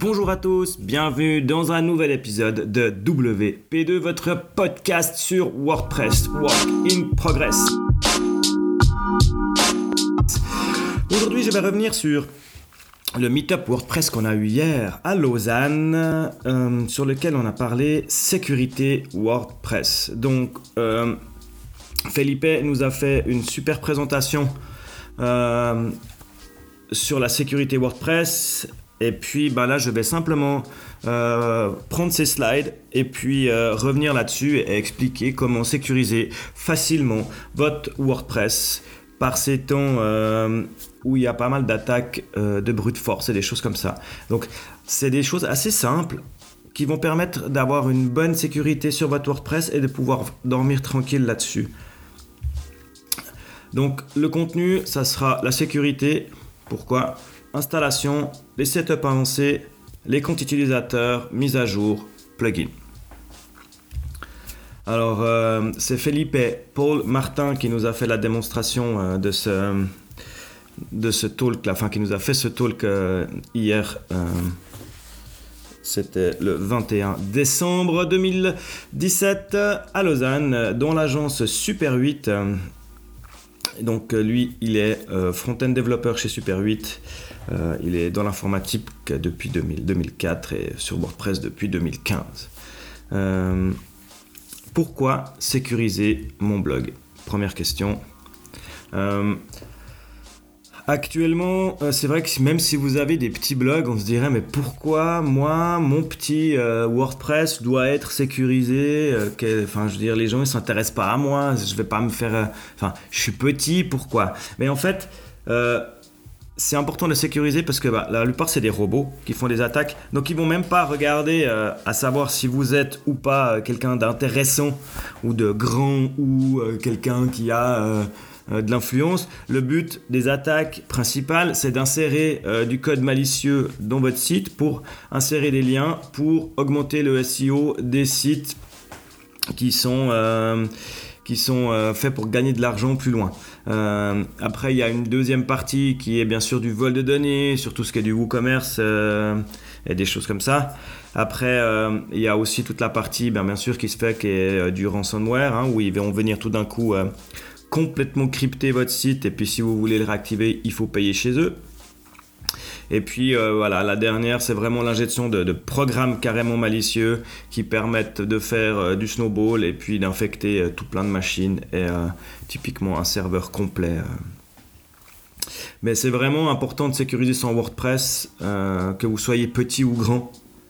Bonjour à tous, bienvenue dans un nouvel épisode de WP2, votre podcast sur WordPress, Work in Progress. Aujourd'hui, je vais revenir sur le meet-up WordPress qu'on a eu hier à Lausanne, sur lequel on a parlé sécurité WordPress. Donc, Felipe nous a fait une super présentation sur la sécurité WordPress. Et puis là, je vais simplement prendre ces slides et puis revenir là-dessus et expliquer comment sécuriser facilement votre WordPress par ces temps où il y a pas mal d'attaques de brute force et des choses comme ça. Donc, c'est des choses assez simples qui vont permettre d'avoir une bonne sécurité sur votre WordPress et de pouvoir dormir tranquille là-dessus. Donc, le contenu, ça sera la sécurité. Pourquoi ? Installation, les setups avancés, les comptes utilisateurs, mise à jour, plugin. Alors, c'est Felipe Paul Martin qui nous a fait la démonstration de ce talk, qui nous a fait ce talk hier. C'était le 21 décembre 2017 à Lausanne, dans l'agence Super 8. Donc lui, il est front-end développeur chez Super 8. Il est dans l'informatique depuis 2004 et sur WordPress depuis 2015. Pourquoi sécuriser mon blog ? Première question. Actuellement, c'est vrai que même si vous avez des petits blogs, on se dirait mais pourquoi moi, mon petit WordPress doit être sécurisé les gens ils s'intéressent pas à moi, je vais pas me faire... je suis petit, pourquoi ? Mais en fait... c'est important de sécuriser parce que la plupart c'est des robots qui font des attaques, donc ils vont même pas regarder à savoir si vous êtes ou pas quelqu'un d'intéressant ou de grand ou quelqu'un qui a de l'influence. Le but des attaques principales, c'est d'insérer du code malicieux dans votre site pour insérer des liens pour augmenter le SEO des sites qui sont faits pour gagner de l'argent plus loin. Après, il y a une deuxième partie qui est bien sûr du vol de données, sur tout ce qui est du WooCommerce et des choses comme ça. Après, il y a aussi toute la partie, bien sûr, qui est du ransomware, où ils vont venir tout d'un coup complètement crypter votre site. Et puis, si vous voulez le réactiver, il faut payer chez eux. Et puis la dernière, c'est vraiment l'injection de programmes carrément malicieux qui permettent de faire du snowball et puis d'infecter tout plein de machines et typiquement un serveur complet. Mais c'est vraiment important de sécuriser son WordPress, que vous soyez petit ou grand.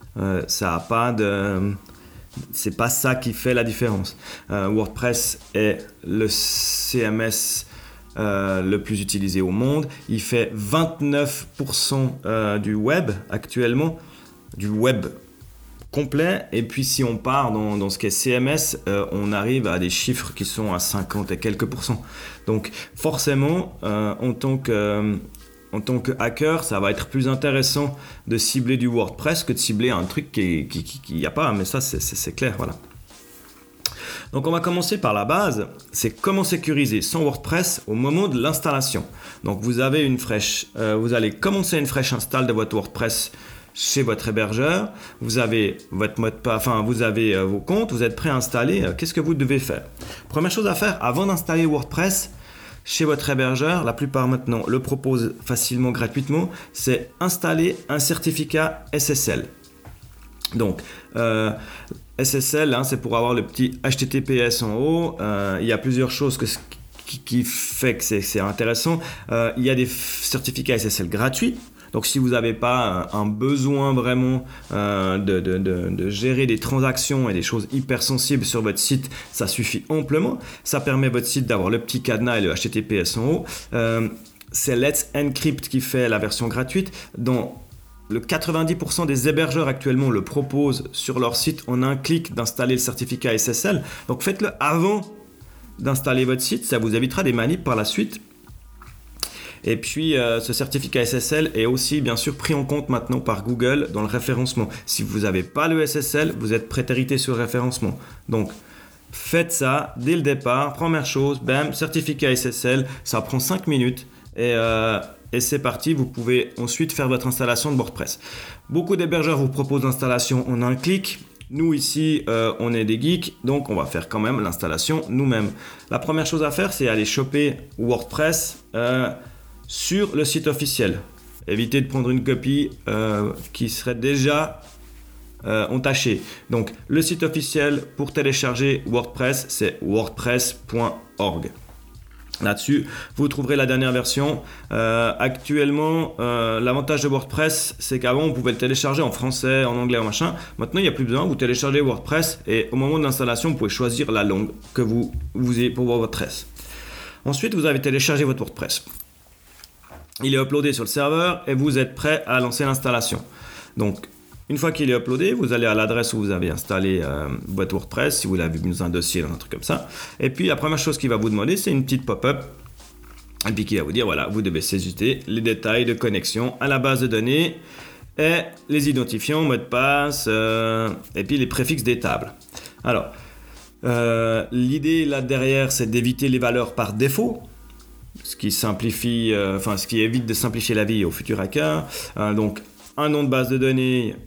C'est pas ça qui fait la différence. WordPress est le CMS le plus utilisé au monde. Il fait 29% du web actuellement, du web complet. Et puis si on part dans ce qui est CMS, on arrive à des chiffres qui sont à 50 et quelques pourcents. Donc forcément, en tant que hacker, ça va être plus intéressant de cibler du WordPress que de cibler un truc qui n'y a pas. Mais ça, c'est clair, voilà. Donc on va commencer par la base, c'est comment sécuriser son WordPress au moment de l'installation. Donc vous allez commencer une fraîche install de votre WordPress chez votre hébergeur. Vous avez votre mot de passe, vous avez vos comptes, vous êtes prêt à installer. Qu'est-ce que vous devez faire ? Première chose à faire avant d'installer WordPress chez votre hébergeur, la plupart maintenant le proposent facilement gratuitement, c'est installer un certificat SSL. Donc SSL, c'est pour avoir le petit HTTPS en haut. Il y a plusieurs choses qui fait que c'est intéressant. Il y a des certificats SSL gratuits. Donc si vous n'avez pas un besoin vraiment de gérer des transactions et des choses hyper sensibles sur votre site, ça suffit amplement. Ça permet à votre site d'avoir le petit cadenas et le HTTPS en haut. C'est Let's Encrypt qui fait la version gratuite. Le 90% des hébergeurs actuellement le proposent sur leur site en un clic d'installer le certificat SSL. Donc faites-le avant d'installer votre site, ça vous évitera des manips par la suite. Et puis ce certificat SSL est aussi bien sûr pris en compte maintenant par Google dans le référencement. Si vous n'avez pas le SSL, vous êtes prétérité sur le référencement. Donc faites ça dès le départ. Première chose, bam, certificat SSL, ça prend 5 minutes. Et et c'est parti, vous pouvez ensuite faire votre installation de WordPress. Beaucoup d'hébergeurs vous proposent l'installation en un clic. Nous ici, on est des geeks, donc on va faire quand même l'installation nous-mêmes. La première chose à faire, c'est aller choper WordPress sur le site officiel. Évitez de prendre une copie qui serait déjà entachée. Donc le site officiel pour télécharger WordPress, c'est wordpress.org. Là-dessus, vous trouverez la dernière version. Actuellement, l'avantage de WordPress, c'est qu'avant, on pouvait le télécharger en français, en anglais, en machin. Maintenant, il n'y a plus besoin. Vous téléchargez WordPress et au moment de l'installation, vous pouvez choisir la langue que vous ayez pour WordPress. Ensuite, vous avez téléchargé votre WordPress. Il est uploadé sur le serveur et vous êtes prêt à lancer l'installation. Donc, une fois qu'il est uploadé, vous allez à l'adresse où vous avez installé votre WordPress, si vous l'avez mis dans un dossier, dans un truc comme ça. Et puis, la première chose qu'il va vous demander, c'est une petite pop-up. Et puis, qui va vous dire, voilà, vous devez saisir les détails de connexion à la base de données et les identifiants, mot de passe, et puis les préfixes des tables. Alors, l'idée là derrière, c'est d'éviter les valeurs par défaut. Ce qui évite de simplifier la vie aux futurs hackers. Donc, un nom de base de données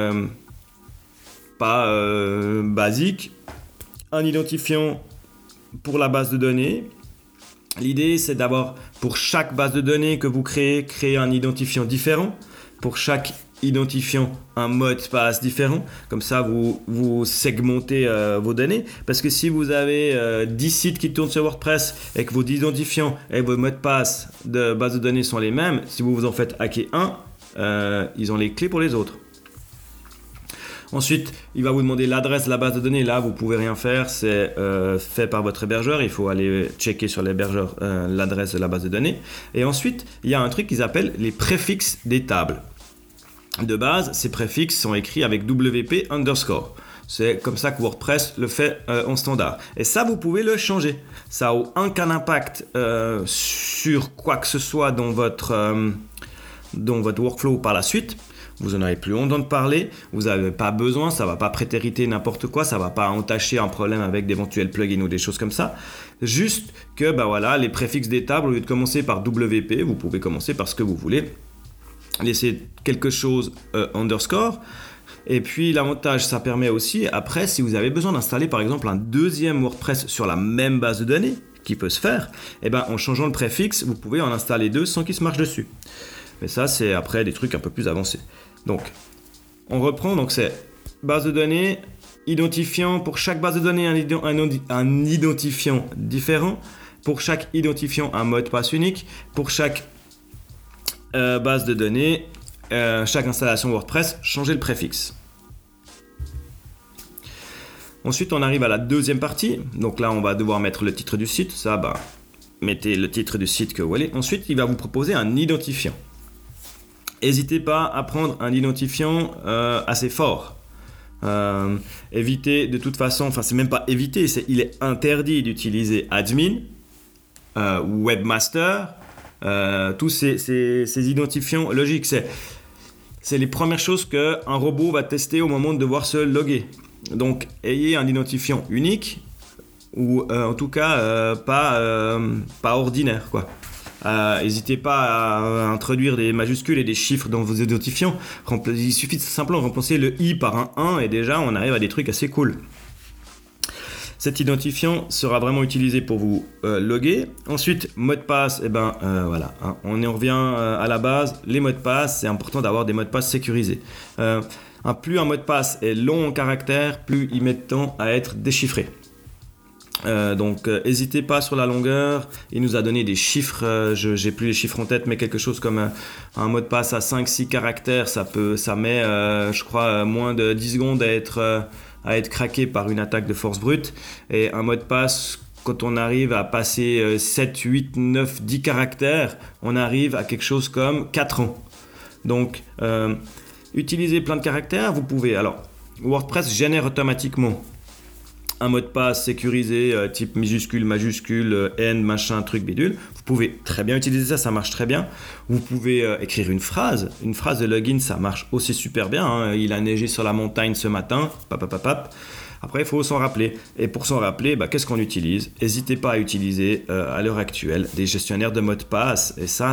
pas basique, un identifiant pour la base de données. L'idée, c'est d'avoir pour chaque base de données que vous créez un identifiant différent. Pour chaque identifiant, un mot de passe différent. Comme ça, vous segmentez vos données. Parce que si vous avez 10 sites qui tournent sur WordPress et que vos identifiants et vos mots de passe de base de données sont les mêmes, si vous vous en faites hacker un, ils ont les clés pour les autres. Ensuite, il va vous demander l'adresse de la base de données. Là, vous pouvez rien faire, c'est fait par votre hébergeur. Il faut aller checker sur l'hébergeur l'adresse de la base de données. Et ensuite, il y a un truc qu'ils appellent les préfixes des tables. De base, ces préfixes sont écrits avec WP _. C'est comme ça que WordPress le fait en standard. Et ça, vous pouvez le changer. Ça n'a aucun impact sur quoi que ce soit dans votre workflow par la suite. Vous n'en avez plus honte d'en parler. Vous n'avez pas besoin. Ça ne va pas prétériter n'importe quoi. Ça ne va pas entacher un problème avec d'éventuels plugins ou des choses comme ça. Juste que les préfixes des tables, au lieu de commencer par WP, vous pouvez commencer par ce que vous voulez. Laissez quelque chose _. Et puis l'avantage, ça permet aussi, après, si vous avez besoin d'installer par exemple un deuxième WordPress sur la même base de données, qui peut se faire, en changeant le préfixe, vous pouvez en installer deux sans qu'ils se marchent dessus. Mais ça, c'est après des trucs un peu plus avancés. Donc, on reprend, donc c'est base de données, identifiant, pour chaque base de données, un identifiant différent, pour chaque identifiant, un mot de passe unique, pour chaque base de données, chaque installation WordPress, changer le préfixe. Ensuite, on arrive à la deuxième partie. Donc là, on va devoir mettre le titre du site. Ça, mettez le titre du site que vous voulez. Ensuite, il va vous proposer un identifiant. N'hésitez pas à prendre un identifiant assez fort. Évitez de toute façon, c'est même pas éviter, il est interdit d'utiliser admin, webmaster, tous ces identifiants logiques. C'est les premières choses qu'un robot va tester au moment de devoir se loguer. Donc, ayez un identifiant unique ou en tout cas pas ordinaire, quoi. N'hésitez pas à introduire des majuscules et des chiffres dans vos identifiants. Il suffit de simplement remplacer le i par un 1 et déjà on arrive à des trucs assez cool. Cet identifiant sera vraiment utilisé pour vous loguer. Ensuite, mot de passe, on y revient à la base. Les mots de passe, c'est important d'avoir des mots de passe sécurisés. Plus un mot de passe est long en caractères, plus il met de temps à être déchiffré. Donc n'hésitez pas sur la longueur. Il nous a donné des chiffres, j'ai plus les chiffres en tête, mais quelque chose comme un mot de passe à 5-6 caractères, ça met je crois moins de 10 secondes à être craqué par une attaque de force brute. Et un mot de passe, quand on arrive à passer 7, 8, 9, 10 caractères, on arrive à quelque chose comme 4 ans. Donc utilisez plein de caractères. Vous pouvez, alors WordPress génère automatiquement un mot de passe sécurisé type minuscule, majuscule, N, machin, truc, bidule. Vous pouvez très bien utiliser ça marche très bien. Vous pouvez écrire une phrase de login, ça marche aussi super bien. Hein. Il a neigé sur la montagne ce matin, Après, il faut s'en rappeler. Et pour s'en rappeler, qu'est-ce qu'on utilise ? N'hésitez pas à utiliser à l'heure actuelle des gestionnaires de mots de passe. Et ça,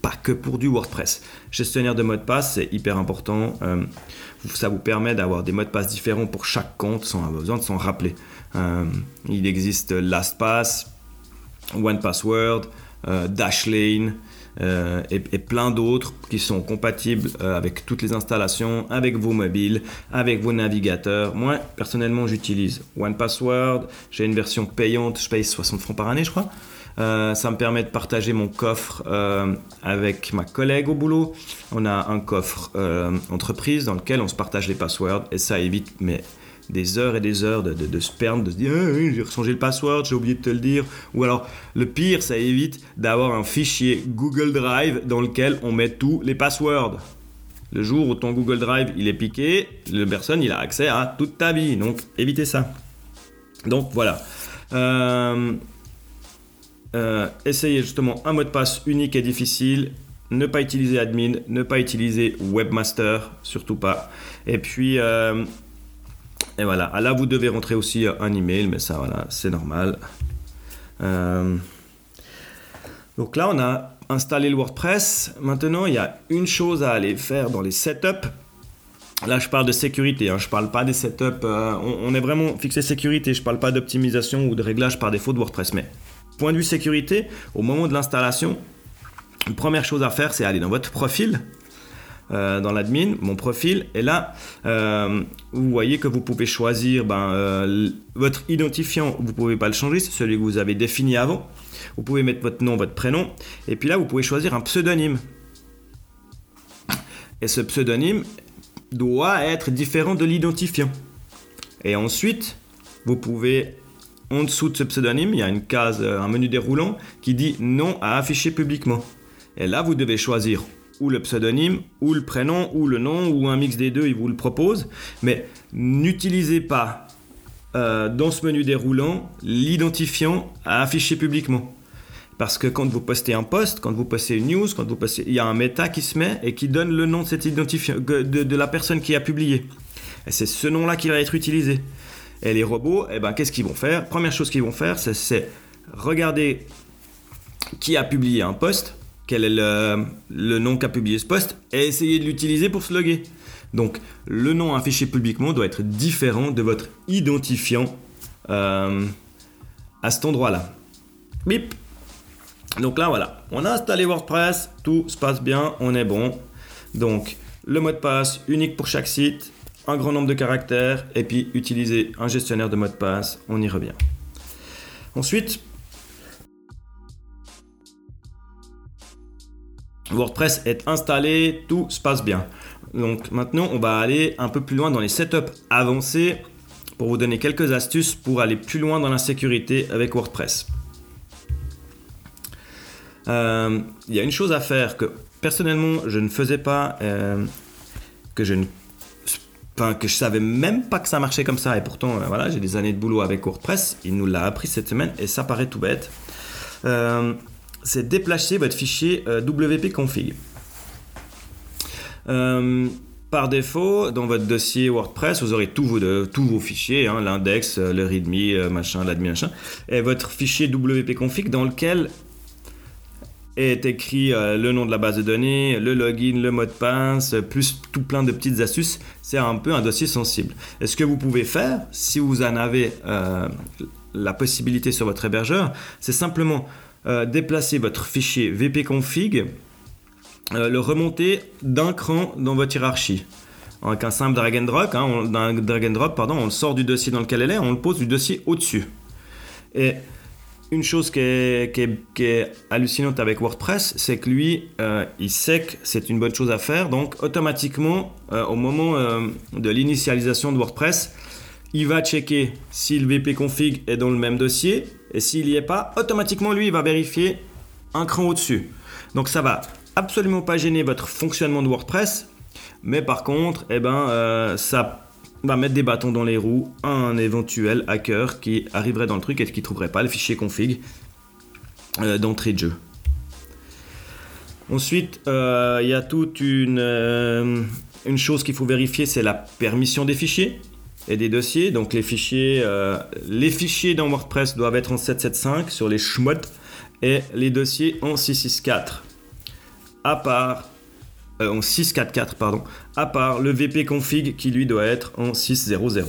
pas que pour du WordPress. Gestionnaire de mot de passe, c'est hyper important. Ça vous permet d'avoir des mots de passe différents pour chaque compte sans avoir besoin de s'en rappeler. Il existe LastPass, OnePassword, Dashlane et plein d'autres qui sont compatibles avec toutes les installations, avec vos mobiles, avec vos navigateurs. Moi, personnellement, j'utilise OnePassword. J'ai une version payante, je paye 60 francs par année, je crois. Ça me permet de partager mon coffre avec ma collègue au boulot. On a un coffre entreprise dans lequel on se partage les passwords et ça évite des heures et des heures de se perdre, de se dire j'ai changé le password, j'ai oublié de te le dire. Ou alors, le pire, ça évite d'avoir un fichier Google Drive dans lequel on met tous les passwords. Le jour où ton Google Drive il est piqué, la personne il a accès à toute ta vie. Donc, évitez ça. Donc, voilà. Essayez justement un mot de passe unique et difficile. Ne pas utiliser admin, ne pas utiliser webmaster, surtout pas. Et puis... Et voilà, là vous devez rentrer aussi un email, mais ça voilà, c'est normal. Donc là on a installé le WordPress. Maintenant il y a une chose à aller faire dans les setups. Là je parle de sécurité, je parle pas des setups, on est vraiment fixé sécurité, je parle pas d'optimisation ou de réglage par défaut de WordPress. Mais point de vue sécurité, au moment de l'installation, une première chose à faire c'est aller dans votre profil. Dans l'admin, mon profil, et là vous voyez que vous pouvez choisir votre identifiant, vous ne pouvez pas le changer, c'est celui que vous avez défini avant. Vous pouvez mettre votre nom, votre prénom, et puis là vous pouvez choisir un pseudonyme. Et ce pseudonyme doit être différent de l'identifiant. Et ensuite, vous pouvez, en dessous de ce pseudonyme, il y a une case, un menu déroulant qui dit non à afficher publiquement. Et là vous devez choisir ou le pseudonyme, ou le prénom, ou le nom, ou un mix des deux, il vous le propose. Mais n'utilisez pas dans ce menu déroulant l'identifiant à afficher publiquement. Parce que quand vous postez un post, quand vous postez une news, il y a un méta qui se met et qui donne le nom de cet identifiant, de la personne qui a publié. Et c'est ce nom-là qui va être utilisé. Et les robots, qu'est-ce qu'ils vont faire ? Première chose qu'ils vont faire, c'est regarder qui a publié un post, quel est le nom qu'a publié ce post et essayer de l'utiliser pour se loguer. Donc, le nom affiché publiquement doit être différent de votre identifiant à cet endroit-là. Bip. Donc là, voilà. On a installé WordPress, tout se passe bien, on est bon. Donc, le mot de passe unique pour chaque site, un grand nombre de caractères et puis utiliser un gestionnaire de mot de passe, on y revient. Ensuite, WordPress est installé, tout se passe bien. Donc maintenant, on va aller un peu plus loin dans les setups avancés pour vous donner quelques astuces pour aller plus loin dans la sécurité avec WordPress. Il y a une chose à faire que personnellement je ne faisais pas, que je savais même pas que ça marchait comme ça et pourtant voilà, j'ai des années de boulot avec WordPress, il nous l'a appris cette semaine et ça paraît tout bête. C'est déplacer votre fichier wp-config. Par défaut, dans votre dossier WordPress, vous aurez tous vos fichiers, l'index, le readme, l'admin, et votre fichier wp-config dans lequel est écrit le nom de la base de données, le login, le mot de passe, plus tout plein de petites astuces. C'est un peu un dossier sensible. Et ce que vous pouvez faire, si vous en avez la possibilité sur votre hébergeur, c'est simplement déplacer votre fichier wp-config, le remonter d'un cran dans votre hiérarchie. Avec un simple drag and drop, on le sort du dossier dans lequel elle est, on le pose du dossier au-dessus. Et une chose qui est hallucinante avec WordPress, c'est que lui, il sait que c'est une bonne chose à faire. Donc, automatiquement, au moment de l'initialisation de WordPress, il va checker si le wp-config est dans le même dossier. Et s'il n'y est pas, automatiquement, lui, il va vérifier un cran au-dessus. Donc, ça va absolument pas gêner votre fonctionnement de WordPress. Mais par contre, ça va mettre des bâtons dans les roues à un éventuel hacker qui arriverait dans le truc et qui ne trouverait pas le fichier config d'entrée de jeu. Ensuite, il y a toute une chose qu'il faut vérifier, c'est la permission des fichiers et des dossiers. Donc les fichiers dans WordPress doivent être en 7.7.5 sur les chmods et les dossiers en 6.6.4. à part en 6.4.4 pardon, à part le VP config qui lui doit être en 6.0.0.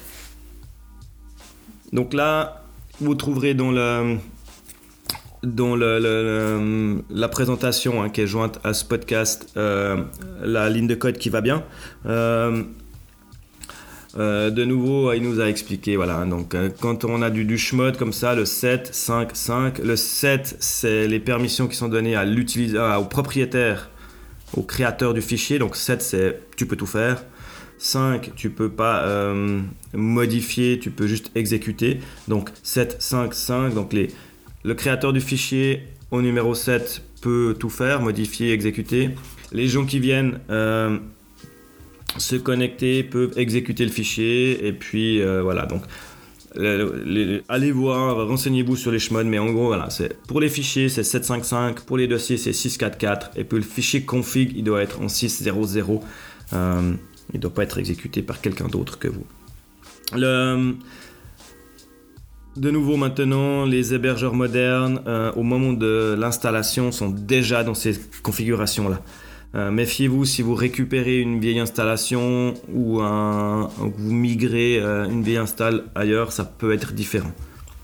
Donc là, vous trouverez dans la présentation qui est jointe à ce podcast la ligne de code qui va bien. De nouveau, il nous a expliqué, voilà, donc quand on a du chmod comme ça, le 7, 5, 5, le 7, c'est les permissions qui sont données à au propriétaire, au créateur du fichier, donc 7, c'est tu peux tout faire. 5, tu peux pas modifier, tu peux juste exécuter. Donc 7, 5, 5, donc le créateur du fichier au numéro 7 peut tout faire, modifier, exécuter. Les gens qui viennent se connecter peuvent exécuter le fichier et puis voilà, donc allez voir, renseignez-vous sur les chmods, mais en gros voilà, pour les fichiers c'est 7.5.5, pour les dossiers c'est 6.4.4 et puis le fichier config il doit être en 6.0.0, il ne doit pas être exécuté par quelqu'un d'autre que vous. De nouveau maintenant, les hébergeurs modernes au moment de l'installation sont déjà dans ces configurations là. Méfiez-vous si vous récupérez une vieille installation ou vous migrez une vieille install ailleurs, ça peut être différent.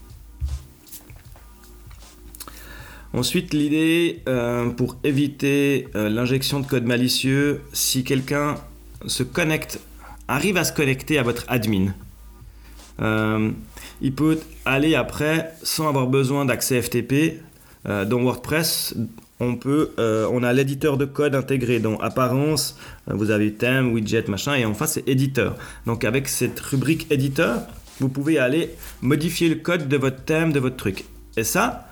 Ensuite, l'idée pour éviter l'injection de code malicieux, si quelqu'un arrive à se connecter à votre admin, il peut aller après sans avoir besoin d'accès FTP dans WordPress. On a l'éditeur de code intégré dans Apparence, vous avez thème, widget, machin, et en face c'est éditeur. Donc avec cette rubrique éditeur, vous pouvez aller modifier le code de votre thème, de votre truc. Et ça,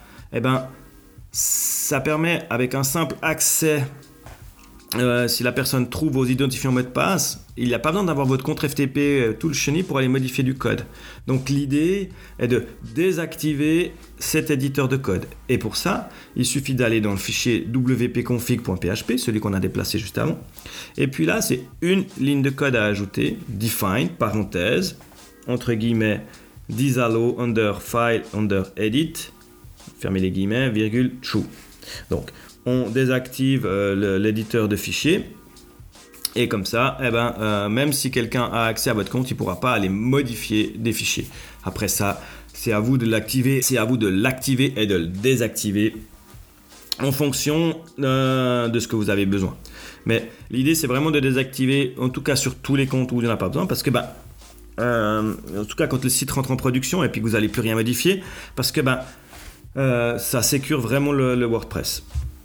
ça permet avec un simple accès, si la personne trouve vos identifiants mot de passe, il n'y a pas besoin d'avoir votre compte FTP tout le chenille pour aller modifier du code. Donc l'idée est de désactiver cet éditeur de code. Et pour ça, il suffit d'aller dans le fichier wp-config.php, celui qu'on a déplacé juste avant. Et puis là, c'est une ligne de code à ajouter, define, parenthèse, entre guillemets, disallow under file under edit, fermez les guillemets, virgule, true. Donc, on désactive l'éditeur de fichiers. Et comme ça, même si quelqu'un a accès à votre compte, il ne pourra pas aller modifier des fichiers. Après ça, c'est à vous de l'activer, et de le désactiver en fonction de ce que vous avez besoin. Mais l'idée, c'est vraiment de désactiver, en tout cas sur tous les comptes où il n'y en a pas besoin, parce que en tout cas quand le site rentre en production et puis que vous n'allez plus rien modifier, parce que ça sécure vraiment le WordPress.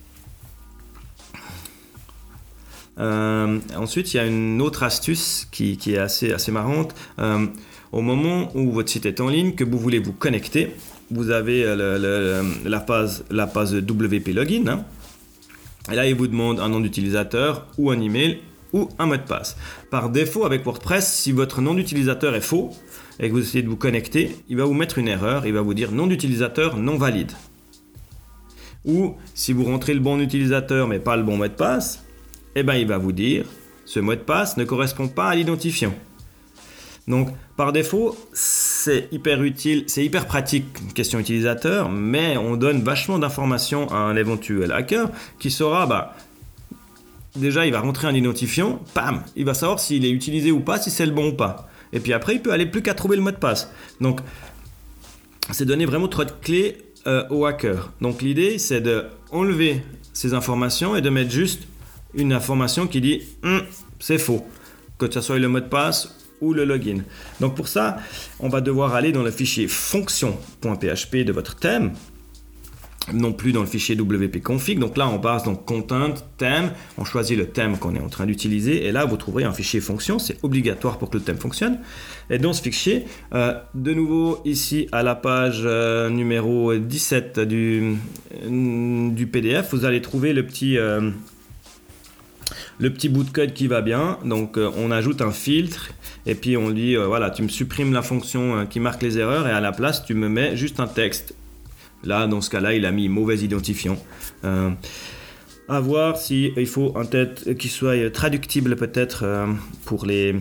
Ensuite, il y a une autre astuce qui est assez marrante. Au moment où votre site est en ligne, que vous voulez vous connecter, vous avez la phase WP Login. Hein. Et là, il vous demande un nom d'utilisateur ou un email ou un mot de passe. Par défaut, avec WordPress, si votre nom d'utilisateur est faux et que vous essayez de vous connecter, il va vous mettre une erreur. Il va vous dire nom d'utilisateur non valide. Ou si vous rentrez le bon utilisateur mais pas le bon mot de passe, il va vous dire ce mot de passe ne correspond pas à l'identifiant. Donc par défaut, c'est hyper utile, c'est hyper pratique, question utilisateur, mais on donne vachement d'informations à un éventuel hacker qui saura, déjà il va rentrer un identifiant, bam, il va savoir s'il est utilisé ou pas, si c'est le bon ou pas. Et puis après, il peut aller plus qu'à trouver le mot de passe. Donc c'est donner vraiment trop de clés au hacker. Donc l'idée, c'est d'enlever ces informations et de mettre juste une information qui dit c'est faux, que ce soit le mot de passe ou le login. Donc pour ça, on va devoir aller dans le fichier fonction.php de votre thème, non plus dans le fichier wp-config. Donc là, on passe dans content, thème, on choisit le thème qu'on est en train d'utiliser et là, vous trouverez un fichier fonction, c'est obligatoire pour que le thème fonctionne. Et dans ce fichier, de nouveau ici à la page numéro 17 du PDF, vous allez trouver le petit bout de code qui va bien. Donc on ajoute un filtre et puis on dit voilà, tu me supprimes la fonction qui marque les erreurs et à la place tu me mets juste un texte. Là dans ce cas-là il a mis mauvais identifiant. À voir si il faut un texte qui soit traductible peut-être pour les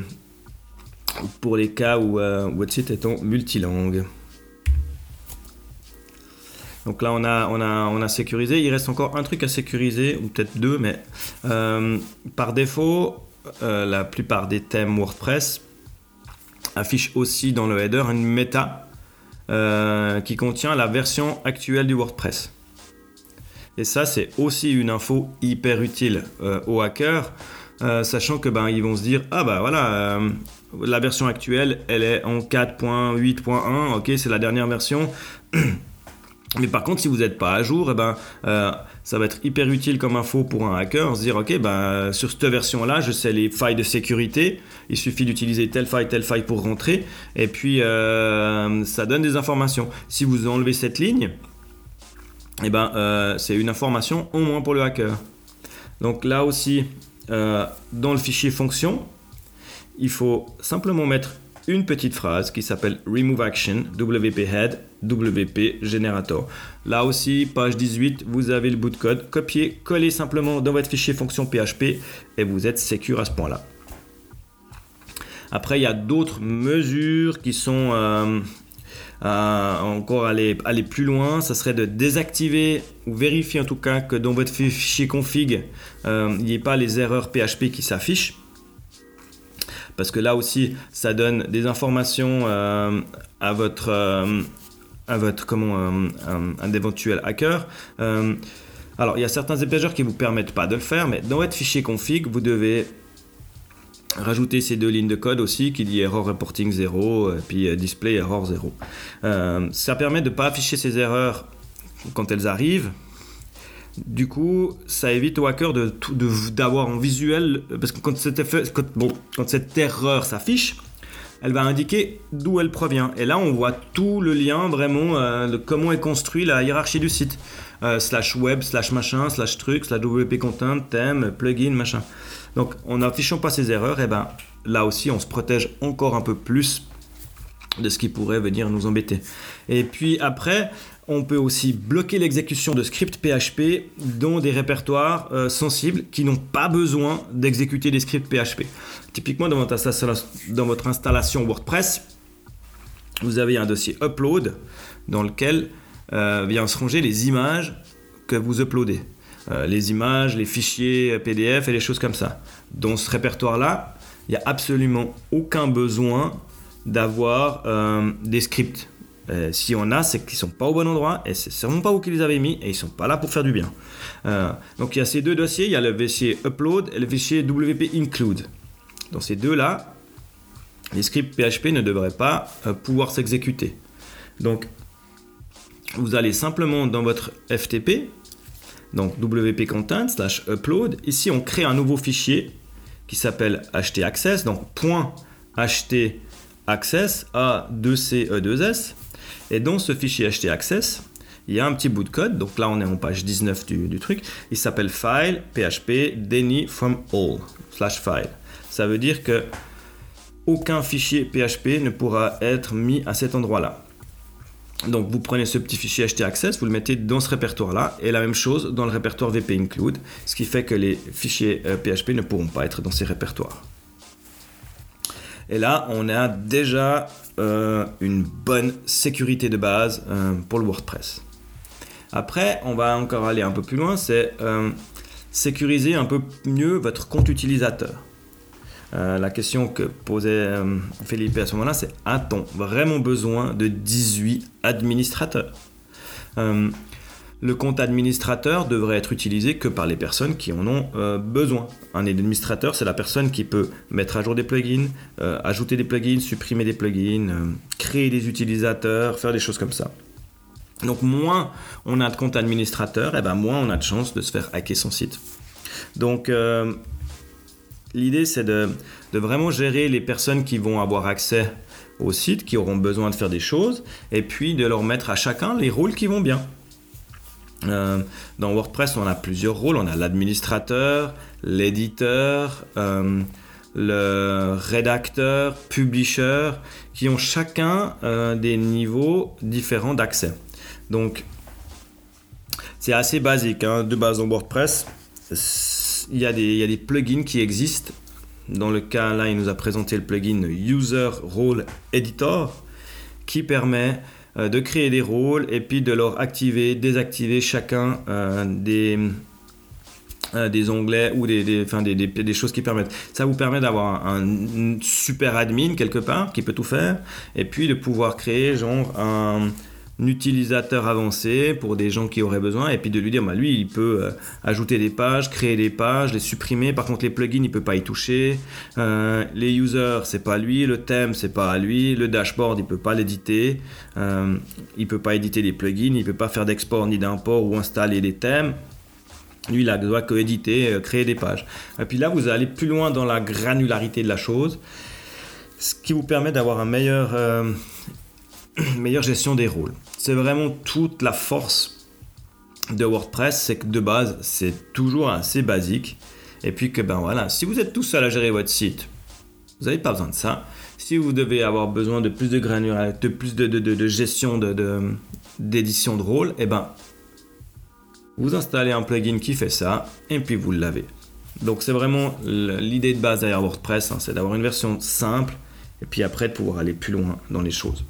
cas où votre site est en multilangue. Donc là, on a sécurisé. Il reste encore un truc à sécuriser, ou peut-être deux, mais par défaut, la plupart des thèmes WordPress affichent aussi dans le header une méta qui contient la version actuelle du WordPress. Et ça, c'est aussi une info hyper utile aux hackers, sachant que ils vont se dire la version actuelle, elle est en 4.8.1, ok, c'est la dernière version. Mais par contre, si vous n'êtes pas à jour, ça va être hyper utile comme info pour un hacker, se dire ok, sur cette version-là, je sais les failles de sécurité, il suffit d'utiliser telle faille pour rentrer, et puis ça donne des informations. Si vous enlevez cette ligne, c'est une information au moins pour le hacker. Donc là aussi, dans le fichier fonction, il faut simplement mettre une petite phrase qui s'appelle Remove Action, WP Head, WP Generator. Là aussi, page 18, vous avez le bout de code. Copiez, collez simplement dans votre fichier fonction PHP et vous êtes secure à ce point-là. Après, il y a d'autres mesures qui sont encore aller plus loin. Ça serait de désactiver ou vérifier en tout cas que dans votre fichier config, il n'y ait pas les erreurs PHP qui s'affichent. Parce que là aussi, ça donne des informations à un éventuel hacker. Alors, il y a certains hébergeurs qui ne vous permettent pas de le faire, mais dans votre fichier config, vous devez rajouter ces deux lignes de code aussi, qui dit error reporting 0, puis display error 0. Ça permet de ne pas afficher ces erreurs quand elles arrivent. Du coup, ça évite au hacker d'avoir en visuel, parce que quand cette erreur s'affiche, elle va indiquer d'où elle provient. Et là, on voit tout le lien vraiment de comment est construit la hiérarchie du site. /web, /machin, /truc, /wp content, thème, plugin, machin. Donc, en n'affichant pas ces erreurs, là aussi, on se protège encore un peu plus de ce qui pourrait venir nous embêter. Et puis après, on peut aussi bloquer l'exécution de scripts PHP dans des répertoires sensibles qui n'ont pas besoin d'exécuter des scripts PHP. Typiquement, dans votre installation WordPress, vous avez un dossier Upload dans lequel vient se ranger les images que vous uploadez. Les images, les fichiers PDF et les choses comme ça. Dans ce répertoire-là, il n'y a absolument aucun besoin d'avoir des scripts. Si on a, c'est qu'ils ne sont pas au bon endroit et c'est sûrement pas vous qui les avez mis et ils ne sont pas là pour faire du bien. Donc il y a ces deux dossiers, il y a le fichier Upload et le fichier WP Include. Dans ces deux-là, les scripts PHP ne devraient pas pouvoir s'exécuter. Donc vous allez simplement dans votre FTP, donc WP Content /upload. Ici, on crée un nouveau fichier qui s'appelle htaccess, donc .htaccess A2CE2S. Et dans ce fichier htaccess, il y a un petit bout de code. Donc là, on est en page 19 du truc. Il s'appelle file php deny from all /file. Ça veut dire que aucun fichier PHP ne pourra être mis à cet endroit-là. Donc vous prenez ce petit fichier htaccess, vous le mettez dans ce répertoire-là, et la même chose dans le répertoire WP include, ce qui fait que les fichiers PHP ne pourront pas être dans ces répertoires. Et là, on a déjà une bonne sécurité de base pour le WordPress. Après, on va encore aller un peu plus loin, c'est sécuriser un peu mieux votre compte utilisateur. La question que posait Philippe à ce moment-là, c'est a-t-on vraiment besoin de 18 administrateurs ? Le compte administrateur devrait être utilisé que par les personnes qui en ont besoin. Un administrateur, c'est la personne qui peut mettre à jour des plugins, ajouter des plugins, supprimer des plugins, créer des utilisateurs, faire des choses comme ça. Donc moins on a de compte administrateur, moins on a de chances de se faire hacker son site. Donc l'idée, c'est de vraiment gérer les personnes qui vont avoir accès au site, qui auront besoin de faire des choses, et puis de leur mettre à chacun les rôles qui vont bien. Dans WordPress, on a plusieurs rôles. On a l'administrateur, l'éditeur, le rédacteur, publisher, qui ont chacun des niveaux différents d'accès. Donc, c'est assez basique, de base en WordPress. Il y a des plugins qui existent. Dans le cas là, il nous a présenté le plugin User Role Editor qui permet de créer des rôles et puis de leur activer, désactiver chacun des onglets ou des choses qui permettent. Ça vous permet d'avoir un super admin quelque part qui peut tout faire et puis de pouvoir créer genre un utilisateur avancé pour des gens qui auraient besoin et puis de lui dire lui il peut ajouter des pages, créer des pages, les supprimer. Par contre les plugins il peut pas y toucher, les users c'est pas lui, le thème c'est pas à lui, le dashboard il peut pas l'éditer, il peut pas éditer les plugins, il peut pas faire d'export ni d'import ou installer des thèmes. Lui, il doit coéditer, créer des pages. Et puis là, vous allez plus loin dans la granularité de la chose, ce qui vous permet d'avoir une meilleure gestion des rôles. C'est vraiment toute la force de WordPress, c'est que de base, c'est toujours assez basique. Et puis que, si vous êtes tout seul à gérer votre site, vous n'avez pas besoin de ça. Si vous devez avoir besoin de plus de granularité, de plus de gestion d'édition de rôles, vous installez un plugin qui fait ça et puis vous l'avez. Donc c'est vraiment l'idée de base derrière WordPress, c'est d'avoir une version simple et puis après de pouvoir aller plus loin dans les choses.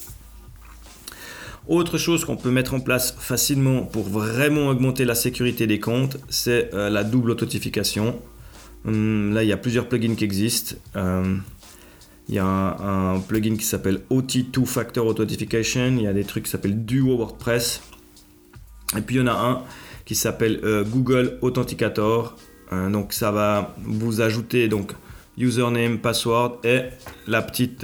Autre chose qu'on peut mettre en place facilement pour vraiment augmenter la sécurité des comptes, c'est la double authentification. Là il y a plusieurs plugins qui existent. Il y a un plugin qui s'appelle OT2 Factor Authentication, il y a des trucs qui s'appellent Duo WordPress. Et puis il y en a un qui s'appelle Google Authenticator. Donc ça va vous ajouter donc username, password et la petite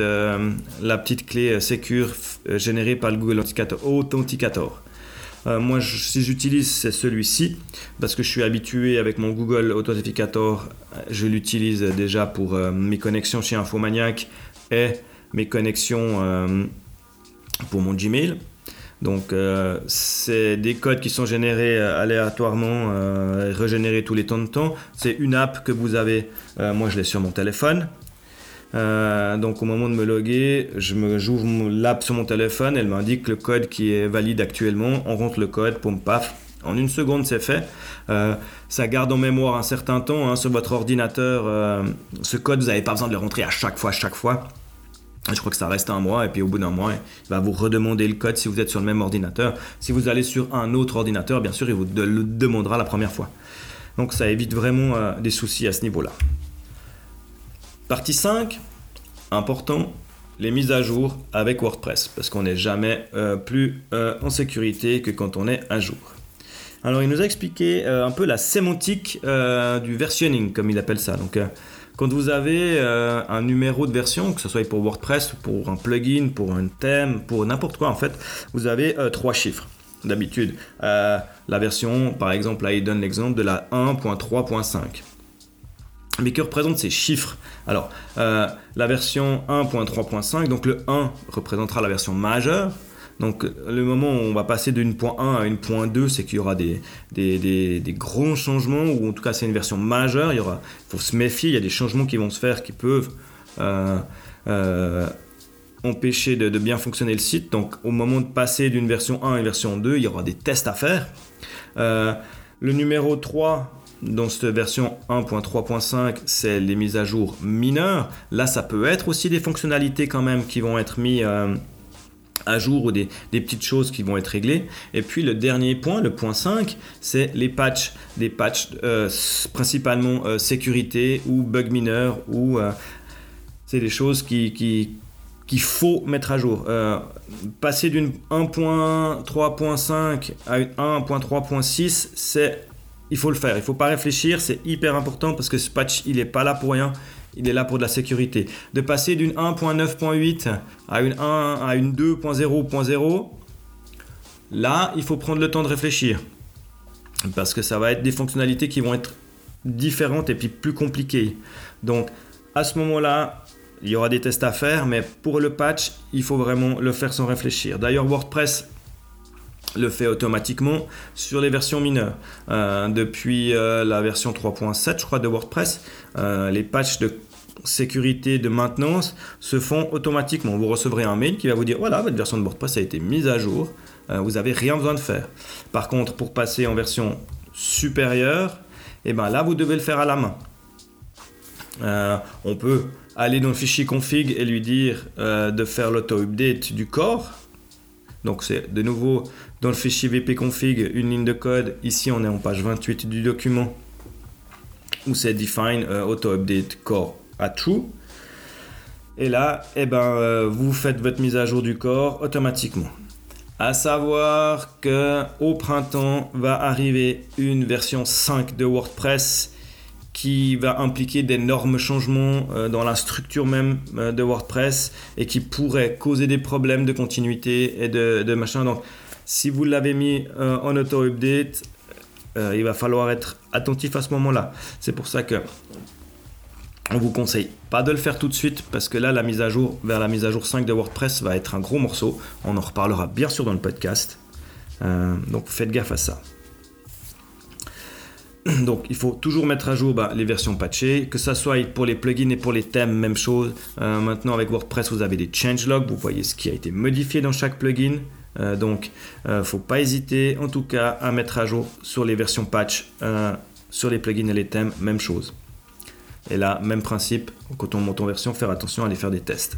clé secure générée par le Google Authenticator. Moi, si j'utilise, c'est celui-ci parce que je suis habitué avec mon Google Authenticator. Je l'utilise déjà pour mes connexions chez Infomaniac et mes connexions pour mon Gmail. Donc, c'est des codes qui sont générés aléatoirement, régénérés tous les temps de temps. C'est une app que vous avez, moi je l'ai sur mon téléphone. Donc, au moment de me loguer, j'ouvre l'app sur mon téléphone, elle m'indique le code qui est valide actuellement. On rentre le code, paf, en une seconde c'est fait. Ça garde en mémoire un certain temps sur votre ordinateur. Ce code, vous n'avez pas besoin de le rentrer à chaque fois. Je crois que ça reste un mois et puis au bout d'un mois, il va vous redemander le code si vous êtes sur le même ordinateur. Si vous allez sur un autre ordinateur, bien sûr, il vous le demandera la première fois. Donc ça évite vraiment des soucis à ce niveau-là. Partie 5, important, les mises à jour avec WordPress parce qu'on n'est jamais plus en sécurité que quand on est à jour. Alors il nous a expliqué un peu la sémantique du versionning, comme il appelle ça. Donc quand vous avez un numéro de version, que ce soit pour WordPress, pour un plugin, pour un thème, pour n'importe quoi en fait, vous avez 3 chiffres. D'habitude, la version, par exemple, là il donne l'exemple de la 1.3.5. Mais que représentent ces chiffres? Alors, la version 1.3.5, donc le 1 représentera la version majeure. Donc, le moment où on va passer d'une point 1 à une point 2, c'est qu'il y aura des grands changements, ou en tout cas c'est une version majeure. Il faut se méfier, il y a des changements qui vont se faire qui peuvent empêcher de bien fonctionner le site. Donc, au moment de passer d'une version 1 à une version 2, il y aura des tests à faire. Le numéro 3, dans cette version 1.3.5, c'est les mises à jour mineures. Là, ça peut être aussi des fonctionnalités quand même qui vont être mises à jour ou des petites choses qui vont être réglées. Et puis le dernier point, le point 5, c'est les patchs. Des patchs principalement sécurité ou bug mineurs ou c'est des choses qu'il faut mettre à jour. Passer d'une 1.3.5 à une 1.3.6, il faut le faire. Il ne faut pas réfléchir, c'est hyper important parce que ce patch, il n'est pas là pour rien. Il est là pour de la sécurité. De passer d'une 1.9.8 à une 2.0.0, là, il faut prendre le temps de réfléchir. Parce que ça va être des fonctionnalités qui vont être différentes et puis plus compliquées. Donc, à ce moment-là, il y aura des tests à faire, mais pour le patch, il faut vraiment le faire sans réfléchir. D'ailleurs, WordPress le fait automatiquement sur les versions mineures. Depuis la version 3.7, je crois, de WordPress, les patchs de sécurité, de maintenance se font automatiquement. Vous recevrez un mail qui va vous dire voilà, votre version de WordPress a été mise à jour, vous n'avez rien besoin de faire. Par contre, pour passer en version supérieure, là, vous devez le faire à la main. On peut aller dans le fichier config et lui dire de faire l'auto-update du core. Donc c'est de nouveau dans le fichier vp-config, une ligne de code. Ici on est en page 28 du document où c'est define auto-update core à true. Et là, vous faites votre mise à jour du core automatiquement. À savoir qu'au printemps va arriver une version 5 de WordPress qui va impliquer d'énormes changements dans la structure même de WordPress et qui pourrait causer des problèmes de continuité et de machin. Donc, si vous l'avez mis en auto-update, il va falloir être attentif à ce moment-là. C'est pour ça que on vous conseille pas de le faire tout de suite parce que là, la mise à jour 5 de WordPress va être un gros morceau. On en reparlera bien sûr dans le podcast. Donc, faites gaffe à ça. Donc, il faut toujours mettre à jour les versions patchées, que ça soit pour les plugins et pour les thèmes, même chose. Maintenant, avec WordPress, vous avez des changelogs. Vous voyez ce qui a été modifié dans chaque plugin. Donc, faut pas hésiter, en tout cas, à mettre à jour sur les versions patch, sur les plugins et les thèmes, même chose. Et là, même principe, quand on monte en version, faire attention à aller faire des tests.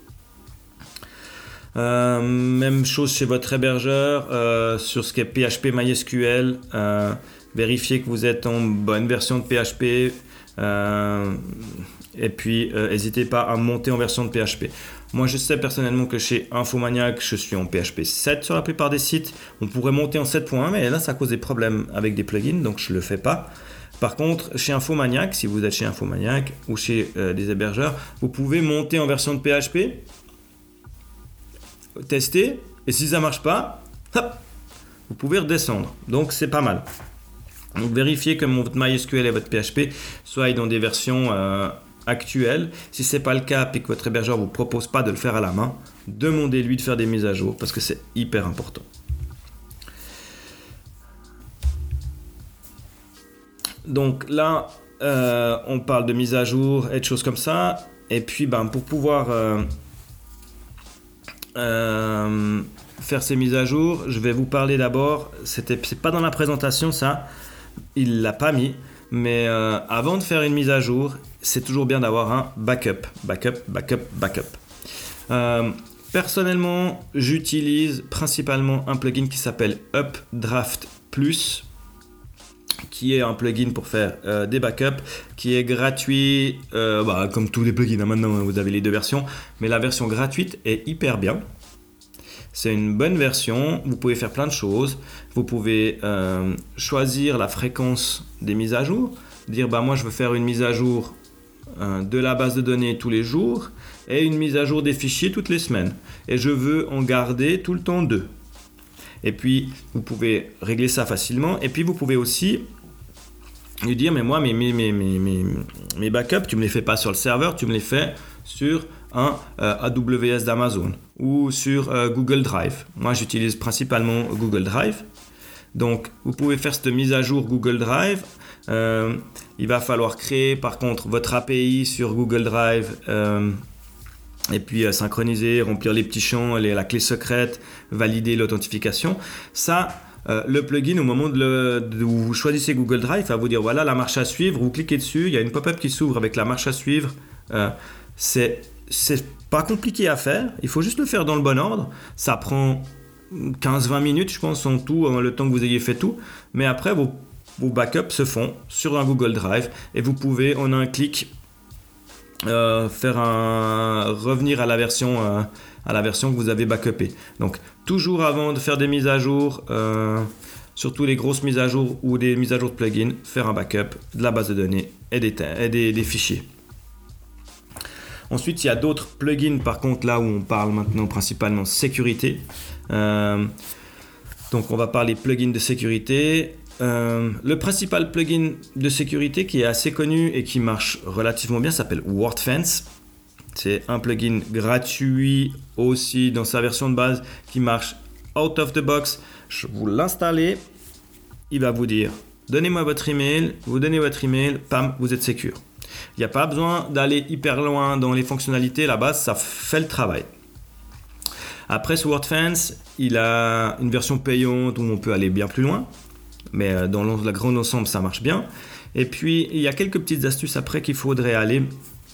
Même chose chez votre hébergeur, sur ce qui est PHP MySQL, vérifiez que vous êtes en bonne version de PHP, et puis n'hésitez pas à monter en version de PHP. Moi, je sais personnellement que chez Infomaniac, je suis en PHP 7 sur la plupart des sites. On pourrait monter en 7.1, mais là, ça cause des problèmes avec des plugins, donc je ne le fais pas. Par contre, chez Infomaniac, si vous êtes chez Infomaniac ou chez des hébergeurs, vous pouvez monter en version de PHP, tester, et si ça ne marche pas, hop, vous pouvez redescendre. Donc, c'est pas mal. Donc, vérifiez que votre MySQL et votre PHP soient dans des versions actuelles. Si ce n'est pas le cas et que votre hébergeur ne vous propose pas de le faire à la main, demandez-lui de faire des mises à jour parce que c'est hyper important. Donc là, on parle de mise à jour et de choses comme ça. Et puis, pour pouvoir faire ces mises à jour, je vais vous parler d'abord. C'est pas dans la présentation, ça. Il l'a pas mis. Mais avant de faire une mise à jour, c'est toujours bien d'avoir un backup. Personnellement, j'utilise principalement un plugin qui s'appelle Updraft Plus, qui est un plugin pour faire des backups, qui est gratuit, comme tous les plugins, maintenant vous avez les deux versions, mais la version gratuite est hyper bien. C'est une bonne version, vous pouvez faire plein de choses, vous pouvez choisir la fréquence des mises à jour, dire moi je veux faire une mise à jour de la base de données tous les jours et une mise à jour des fichiers toutes les semaines, et je veux en garder tout le temps 2. Et puis, vous pouvez régler ça facilement. Et puis, vous pouvez aussi lui dire, mais moi, mes backups, tu ne me les fais pas sur le serveur, tu me les fais sur un AWS d'Amazon ou sur Google Drive. Moi, j'utilise principalement Google Drive. Donc, vous pouvez faire cette mise à jour Google Drive. Il va falloir créer, par contre, votre API sur Google Drive. Et puis synchroniser, remplir les petits champs, la clé secrète, valider l'authentification. Ça, le plugin, au moment de vous choisissez Google Drive, va vous dire voilà la marche à suivre. Vous cliquez dessus, il y a une pop-up qui s'ouvre avec la marche à suivre. C'est pas compliqué à faire, il faut juste le faire dans le bon ordre. Ça prend 15-20 minutes, je pense, en tout, le temps que vous ayez fait tout. Mais après, vos backups se font sur un Google Drive et vous pouvez, en un clic, revenir à la version que vous avez backupée. Donc toujours avant de faire des mises à jour, surtout les grosses mises à jour ou des mises à jour de plugins, faire un backup de la base de données et des fichiers. Ensuite, il y a d'autres plugins, par contre, là où on parle maintenant principalement sécurité. Donc on va parler plugins de sécurité. Le principal plugin de sécurité qui est assez connu et qui marche relativement bien s'appelle WordFence. C'est un plugin gratuit aussi dans sa version de base qui marche out of the box. Vous l'installez, il va vous dire donnez-moi votre email, vous donnez votre email, pam, vous êtes secure. Il n'y a pas besoin d'aller hyper loin dans les fonctionnalités, la base ça fait le travail. Après sur WordFence, il a une version payante où on peut aller bien plus loin. Mais dans le grand ensemble, ça marche bien. Et puis, il y a quelques petites astuces après qu'il faudrait aller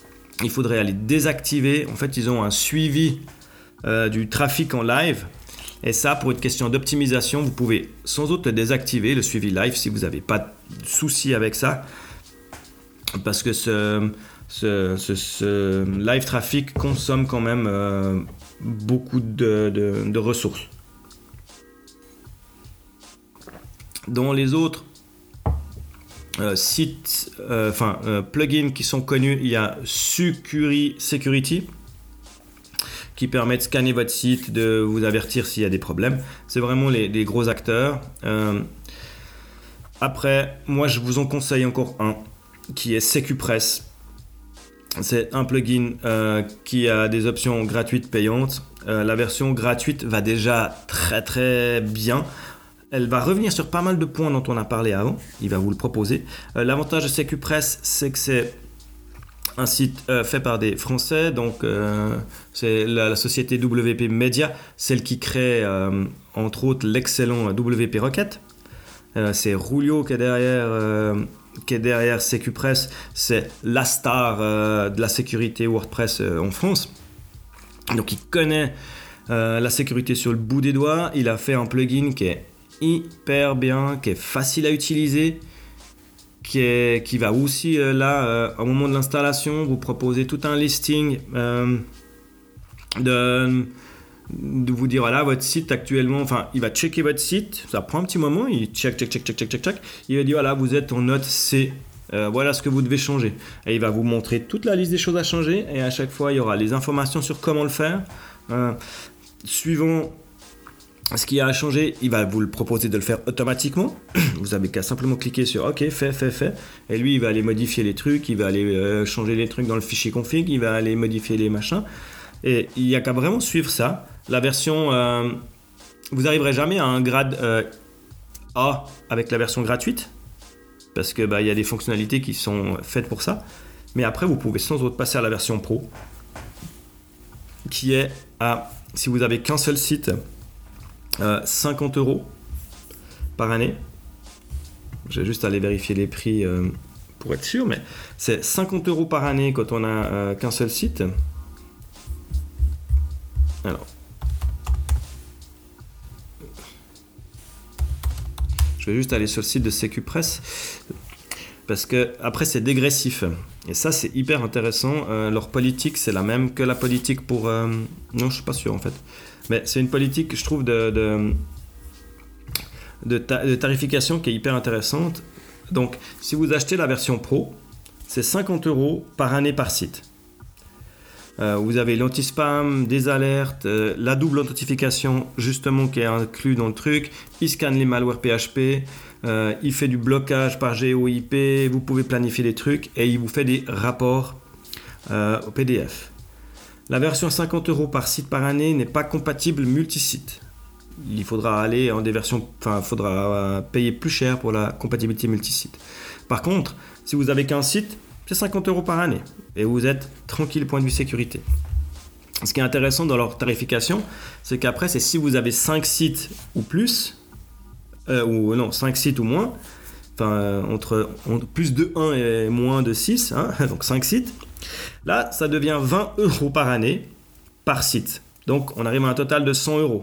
désactiver. En fait, ils ont un suivi du trafic en live. Et ça, pour une question d'optimisation, vous pouvez sans doute le désactiver, le suivi live, si vous n'avez pas de souci avec ça. Parce que ce live traffic consomme quand même beaucoup de ressources. Dans les autres sites, plugins qui sont connus, il y a Security qui permet de scanner votre site, de vous avertir s'il y a des problèmes. C'est vraiment les gros acteurs. Après, moi je vous en conseille encore un qui est SecuPress. C'est un plugin qui a des options gratuites payantes. La version gratuite va déjà très très bien. Elle va revenir sur pas mal de points dont on a parlé avant. Il va vous le proposer. L'avantage de SecuPress, c'est que c'est un site fait par des Français. Donc, c'est la société WP Media, celle qui crée entre autres l'excellent WP Rocket. C'est Rulio qui est derrière SecuPress. C'est la star de la sécurité WordPress en France. Donc, il connaît la sécurité sur le bout des doigts. Il a fait un plugin qui est hyper bien, qui est facile à utiliser, qui va aussi au moment de l'installation vous proposer tout un listing de vous dire voilà votre site actuellement, enfin il va checker votre site, ça prend un petit moment, il check, il va dire voilà vous êtes en note C, voilà ce que vous devez changer, et il va vous montrer toute la liste des choses à changer, et à chaque fois il y aura les informations sur comment le faire, suivant ce qu'il y a à changer, il va vous le proposer de le faire automatiquement. Vous avez qu'à simplement cliquer sur OK, fait. Et lui, il va aller modifier les trucs, il va aller changer les trucs dans le fichier config, il va aller modifier les machins. Et il n'y a qu'à vraiment suivre ça. La version, vous n'arriverez jamais à un grade A avec la version gratuite, parce que il y a des fonctionnalités qui sont faites pour ça. Mais après, vous pouvez sans doute passer à la version Pro, qui est si vous avez qu'un seul site, 50 € par année. J'ai juste à aller vérifier les prix pour être sûr, mais c'est 50 € par année quand on a qu'un seul site. Alors, je vais juste aller sur le site de SecuPress parce que après c'est dégressif et ça c'est hyper intéressant. Leur politique c'est la même que la politique pour non, je suis pas sûr en fait. Mais c'est une politique, je trouve, de tarification qui est hyper intéressante. Donc, si vous achetez la version Pro, c'est 50 € par année par site. Vous avez l'anti-spam, des alertes, la double authentification, justement, qui est inclus dans le truc. Il scanne les malwares PHP, il fait du blocage par GeoIP, vous pouvez planifier des trucs et il vous fait des rapports au PDF. La version 50 € par site par année n'est pas compatible multisite. Il faudra aller en des versions, faudra payer plus cher pour la compatibilité multisite. Par contre, si vous avez qu'un site, c'est 50 € par année et vous êtes tranquille point de vue sécurité. Ce qui est intéressant dans leur tarification, c'est qu'après, c'est si vous avez 5 sites ou plus, 5 sites ou moins, entre plus de 1 et moins de 6, donc 5 sites. Là, ça devient 20 € par année par site. Donc, on arrive à un total de 100 €.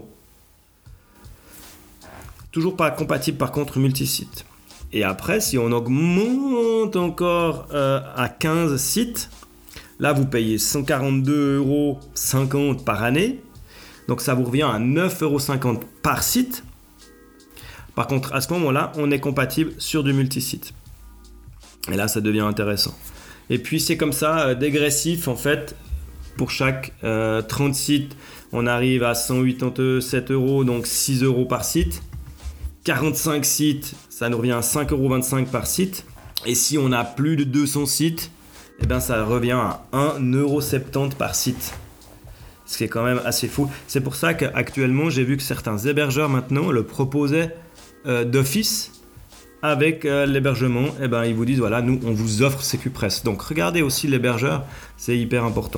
Toujours pas compatible par contre multisite. Et après, si on augmente encore à 15 sites, là, vous payez 142,50 € par année. Donc, ça vous revient à 9,50 € par site. Par contre, à ce moment-là, on est compatible sur du multisite. Et là, ça devient intéressant. Et puis c'est comme ça, dégressif en fait, pour chaque 30 sites, on arrive à 187 €, donc 6 € par site. 45 sites, ça nous revient à 5,25 € par site. Et si on a plus de 200 sites, ça revient à 1,70 € par site. Ce qui est quand même assez fou. C'est pour ça qu'actuellement, j'ai vu que certains hébergeurs maintenant le proposaient d'office. Avec l'hébergement, ils vous disent voilà, nous on vous offre SecuPress. Donc regardez aussi l'hébergeur, c'est hyper important.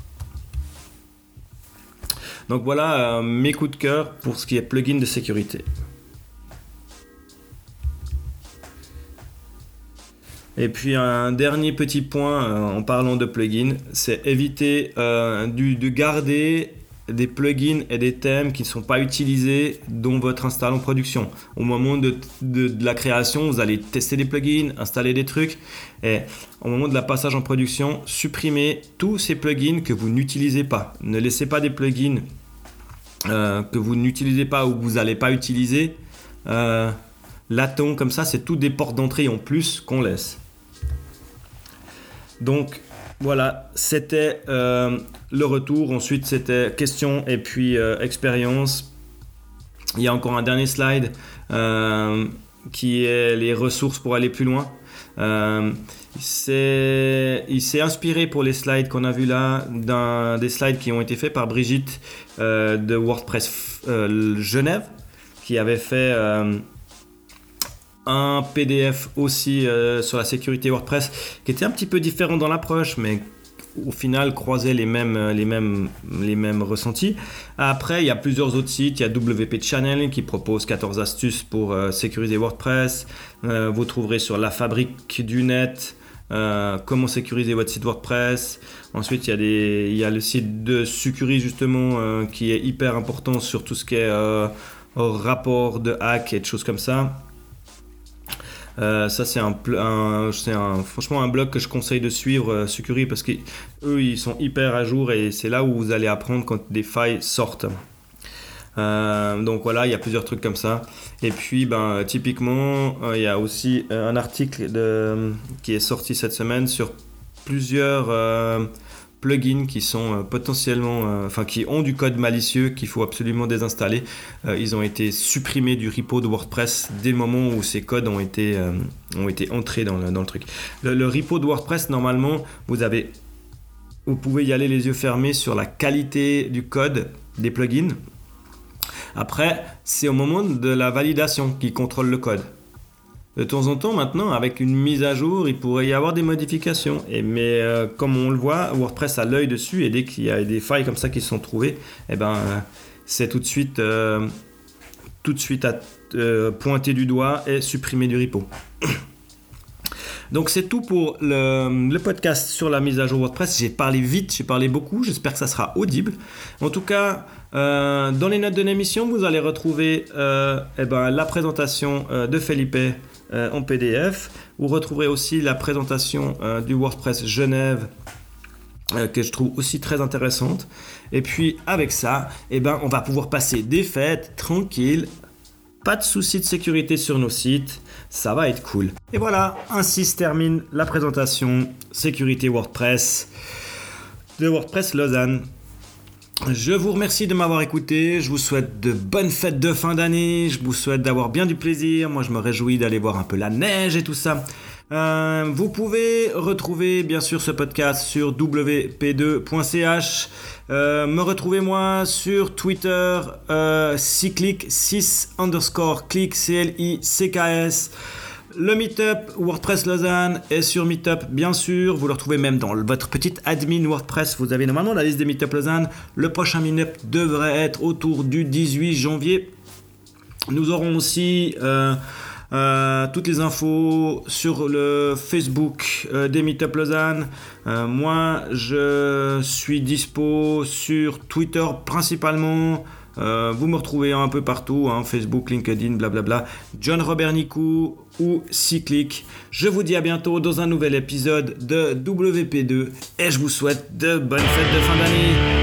Donc voilà mes coups de cœur pour ce qui est plugin de sécurité. Et puis un dernier petit point en parlant de plugin, c'est éviter de garder des plugins et des thèmes qui ne sont pas utilisés dans votre install en production. Au moment de la création, vous allez tester des plugins, installer des trucs, et au moment de la passage en production, supprimez tous ces plugins que vous n'utilisez pas. Ne laissez pas des plugins que vous n'utilisez pas ou que vous n'allez pas utiliser latents comme ça. C'est tout des portes d'entrée en plus qu'on laisse. Donc voilà, c'était le retour. Ensuite, c'était questions et puis expérience. Il y a encore un dernier slide qui est les ressources pour aller plus loin. Il s'est inspiré pour les slides qu'on a vus là des slides qui ont été faits par Brigitte de WordPress Genève, qui avait fait un PDF aussi sur la sécurité WordPress qui était un petit peu différent dans l'approche, mais au final croisait les mêmes ressentis. Après, il y a plusieurs autres sites. Il y a WP Channel qui propose 14 astuces pour sécuriser WordPress. Vous trouverez sur La Fabrique du Net comment sécuriser votre site WordPress. Ensuite, il y a le site de Sucuri justement qui est hyper important sur tout ce qui est rapport de hack et de choses comme ça. Ça c'est franchement un blog que je conseille de suivre, Sucuri, parce qu'eux ils sont hyper à jour et c'est là où vous allez apprendre quand des failles sortent. Donc voilà, il y a plusieurs trucs comme ça. Et puis typiquement il y a aussi un article qui est sorti cette semaine sur plusieurs plugins qui sont potentiellement, qui ont du code malicieux qu'il faut absolument désinstaller. Ils ont été supprimés du repo de WordPress dès le moment où ces codes ont été entrés dans le truc. Le repo de WordPress, normalement, vous pouvez y aller les yeux fermés sur la qualité du code des plugins. Après, c'est au moment de la validation qu'ils contrôlent le code. De temps en temps, maintenant, avec une mise à jour, il pourrait y avoir des modifications. Mais comme on le voit, WordPress a l'œil dessus et dès qu'il y a des failles comme ça qui sont trouvées, c'est tout de suite à pointer du doigt et supprimer du repo. Donc c'est tout pour le podcast sur la mise à jour WordPress. J'ai parlé vite, j'ai parlé beaucoup, j'espère que ça sera audible. En tout cas, dans les notes de l'émission, vous allez retrouver la présentation de Felipe en PDF. Vous retrouverez aussi la présentation du WordPress Genève que je trouve aussi très intéressante. Et puis avec ça, on va pouvoir passer des fêtes tranquilles. Pas de soucis de sécurité sur nos sites, ça va être cool. Et voilà, ainsi se termine la présentation sécurité WordPress de WordPress Lausanne. Je vous remercie de m'avoir écouté, je vous souhaite de bonnes fêtes de fin d'année, je vous souhaite d'avoir bien du plaisir, moi je me réjouis d'aller voir un peu la neige et tout ça. Vous pouvez retrouver bien sûr ce podcast sur wp2.ch, me retrouver moi sur Twitter, cyclic 6_click CLICKS. Le Meetup WordPress Lausanne est sur Meetup bien sûr, vous le retrouvez même dans votre petite admin WordPress, vous avez normalement la liste des Meetup Lausanne. Le prochain Meetup devrait être autour du 18 janvier. Nous aurons aussi toutes les infos sur le Facebook des Meetup Lausanne. Moi je suis dispo sur Twitter principalement. Vous me retrouvez un peu partout, Facebook, LinkedIn, blablabla, John Robert Nicou ou Cyclic. Je vous dis à bientôt dans un nouvel épisode de WP2 et je vous souhaite de bonnes fêtes de fin d'année.